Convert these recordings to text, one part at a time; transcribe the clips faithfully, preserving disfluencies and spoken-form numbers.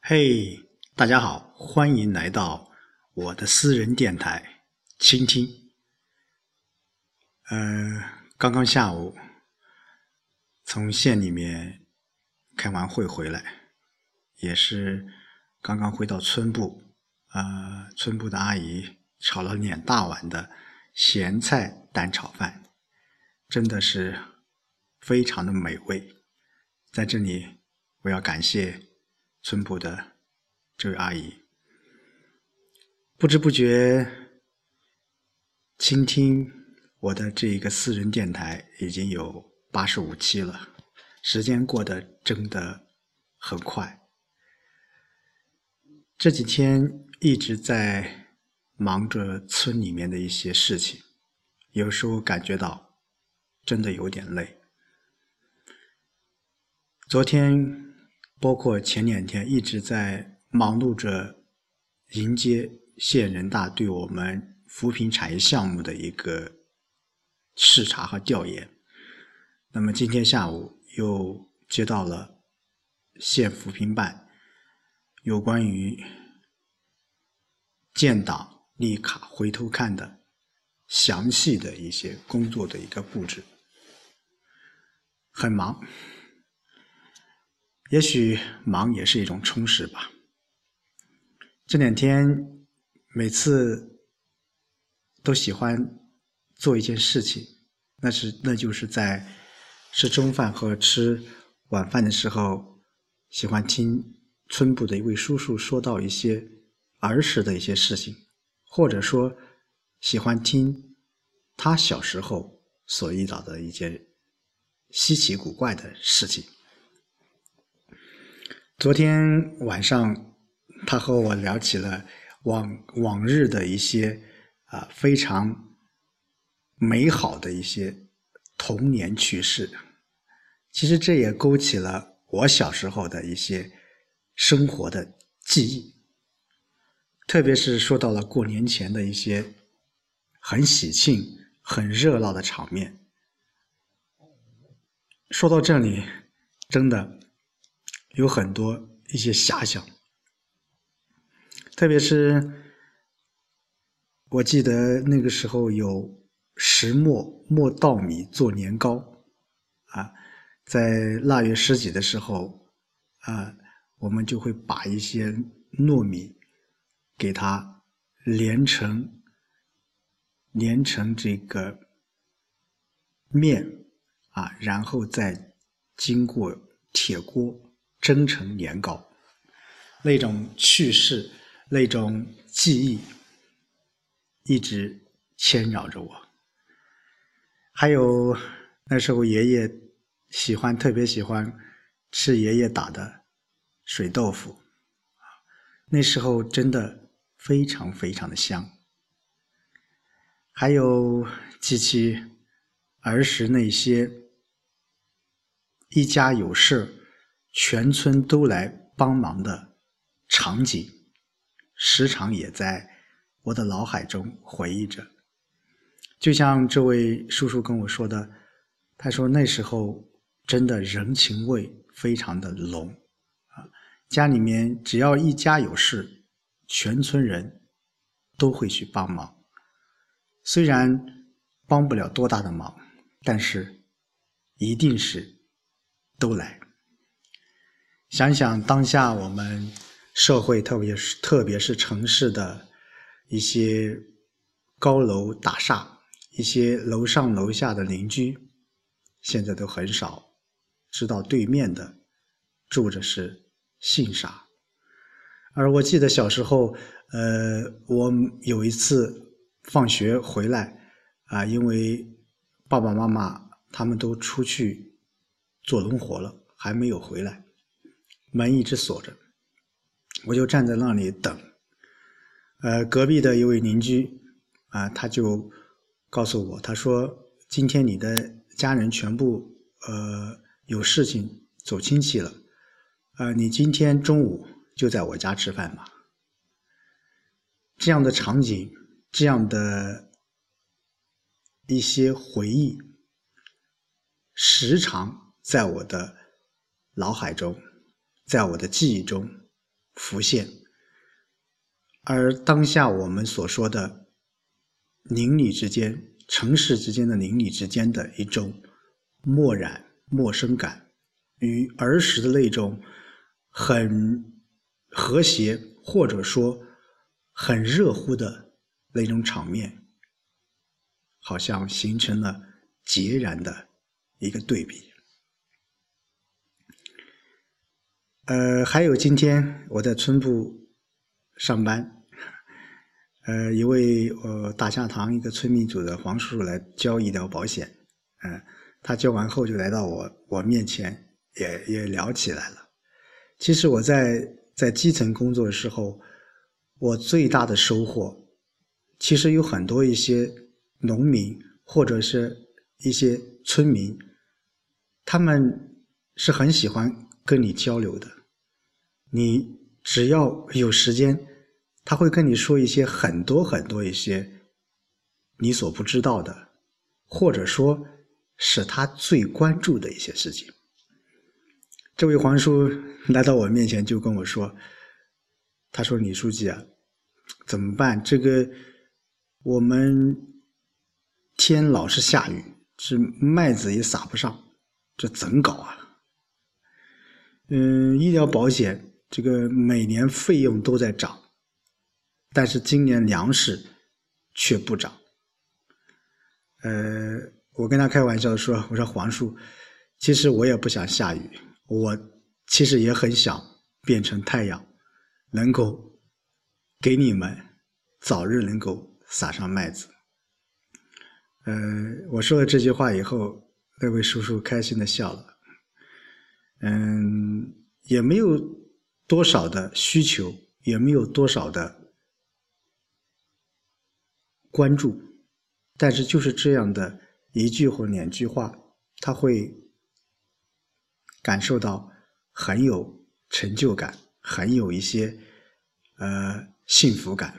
嘿，大家好，欢迎来到我的私人电台倾听。呃，刚刚下午从县里面开完会回来，也是刚刚回到村部，呃，村部的阿姨炒了两大碗的咸菜蛋炒饭，真的是非常的美味。在这里，我要感谢村部的这位阿姨。不知不觉倾听我的这一个私人电台已经有八十五期了，时间过得真的很快。这几天一直在忙着村里面的一些事情，有时候感觉到真的有点累。昨天包括前两天一直在忙碌着迎接县人大对我们扶贫产业项目的一个视察和调研。那么今天下午又接到了县扶贫办有关于建档立卡回头看的详细的一些工作的一个布置，很忙。也许忙也是一种充实吧。这两天每次都喜欢做一件事情，那是那就是在吃中饭和吃晚饭的时候，喜欢听村部的一位叔叔说到一些儿时的一些事情，或者说喜欢听他小时候所遇到的一件稀奇古怪的事情。昨天晚上他和我聊起了往往日的一些啊非常美好的一些童年趣事。其实这也勾起了我小时候的一些生活的记忆，特别是说到了过年前的一些很喜庆很热闹的场面。说到这里真的有很多一些遐想，特别是我记得那个时候有石磨磨稻米做年糕啊，在腊月十几的时候啊，我们就会把一些糯米给它连成连成这个面啊，然后再经过铁锅蒸成年糕。那种趣事，那种记忆一直牵扰着我。还有那时候爷爷喜欢特别喜欢吃爷爷打的水豆腐，那时候真的非常非常的香。还有记起儿时那些一家有事全村都来帮忙的场景，时常也在我的脑海中回忆着。就像这位叔叔跟我说的，他说那时候真的人情味非常的浓啊，家里面只要一家有事，全村人都会去帮忙。虽然帮不了多大的忙，但是一定是都来。想想当下我们社会，特别是特别是城市的一些高楼大厦，一些楼上楼下的邻居，现在都很少知道对面的住着是姓啥。而我记得小时候，呃，我有一次放学回来啊，因为爸爸妈妈他们都出去做农活了，还没有回来，门一直锁着，我就站在那里等。呃，隔壁的一位邻居啊，他就告诉我，他说今天你的家人全部呃有事情走亲戚了，呃，你今天中午就在我家吃饭吧。这样的场景，这样的一些回忆，时常在我的脑海中，在我的记忆中浮现。而当下我们所说的邻里之间、城市之间的邻里之间的一种漠然、陌生感，与儿时的那种很和谐或者说很热乎的那种场面，好像形成了截然的一个对比。呃，还有今天我在村部上班，呃，一位呃大下堂一个村民组的黄叔叔来交医疗保险，呃，他交完后就来到我我面前，也也聊起来了。其实我在在基层工作的时候，我最大的收获，其实有很多一些农民或者是一些村民，他们是很喜欢跟你交流的。你只要有时间，他会跟你说一些很多很多一些你所不知道的，或者说是他最关注的一些事情。这位黄叔来到我面前就跟我说，他说李书记啊，怎么办？这个我们天老是下雨，这麦子也撒不上，这怎搞啊？嗯，医疗保险这个每年费用都在涨，但是今年粮食却不涨。呃，我跟他开玩笑说，我说黄叔，其实我也不想下雨，我其实也很想变成太阳，能够给你们早日能够撒上麦子。呃，我说了这句话以后，那位叔叔开心的笑了。嗯，也没有多少的需求，也没有多少的关注，但是就是这样的一句或两句话，他会感受到很有成就感，很有一些呃幸福感。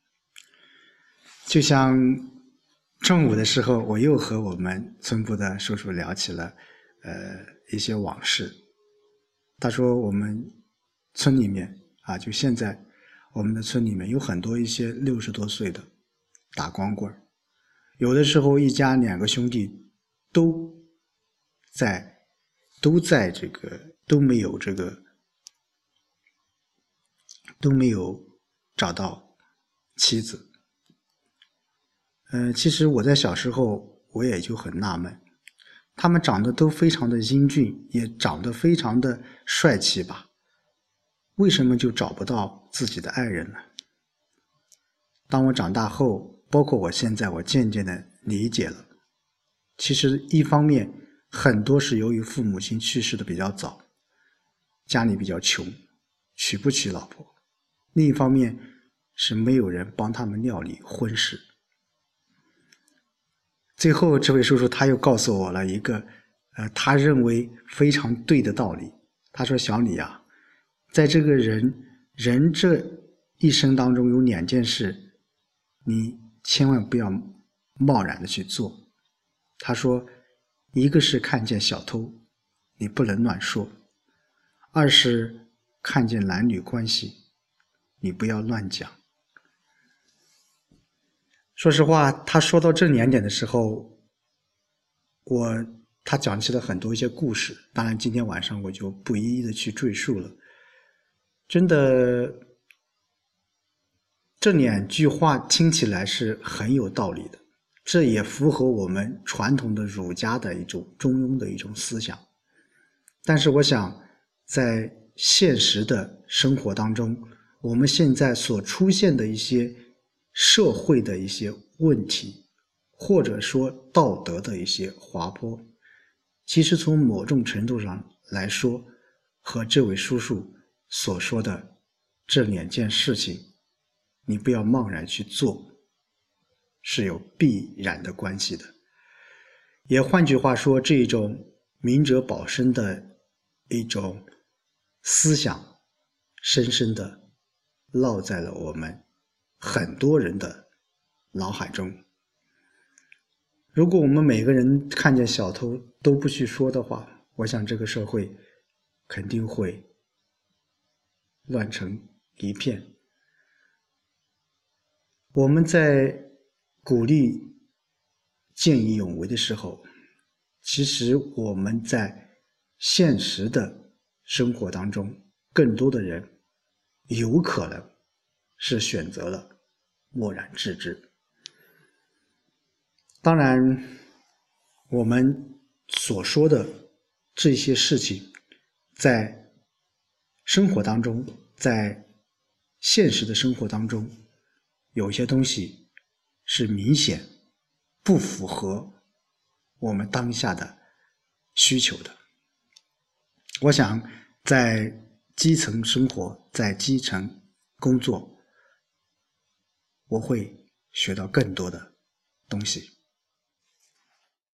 就像中午的时候，我又和我们村部的叔叔聊起了呃一些往事。他说我们村里面啊，就现在我们的村里面有很多一些六十多岁的打光棍，有的时候一家两个兄弟都在都在这个都没有这个都没有找到妻子。呃，其实我在小时候我也就很纳闷，他们长得都非常的英俊，也长得非常的帅气吧，为什么就找不到自己的爱人呢？当我长大后，包括我现在，我渐渐的理解了，其实一方面很多是由于父母亲去世的比较早，家里比较穷，娶不起老婆；另一方面是没有人帮他们料理婚事。最后这位叔叔他又告诉我了一个呃，他认为非常对的道理。他说，小李啊，在这个人人这一生当中有两件事你千万不要贸然的去做。他说，一个是看见小偷你不能乱说，二是看见男女关系你不要乱讲。说实话，他说到这两点的时候，我他讲起了很多一些故事，当然今天晚上我就不一一的去赘述了。真的，这两句话听起来是很有道理的，这也符合我们传统的儒家的一种中庸的一种思想。但是我想，在现实的生活当中，我们现在所出现的一些社会的一些问题，或者说道德的一些滑坡，其实从某种程度上来说，和这位叔叔所说的这两件事情，你不要贸然去做，是有必然的关系的。也换句话说，这种明哲保身的一种思想，深深的烙在了我们很多人的脑海中。如果我们每个人看见小偷都不去说的话，我想这个社会肯定会乱成一片。我们在鼓励见义勇为的时候，其实我们在现实的生活当中，更多的人有可能是选择了漠然置之。当然，我们所说的这些事情，在生活当中，在现实的生活当中，有些东西是明显不符合我们当下的需求的。我想在基层生活，在基层工作，我会学到更多的东西。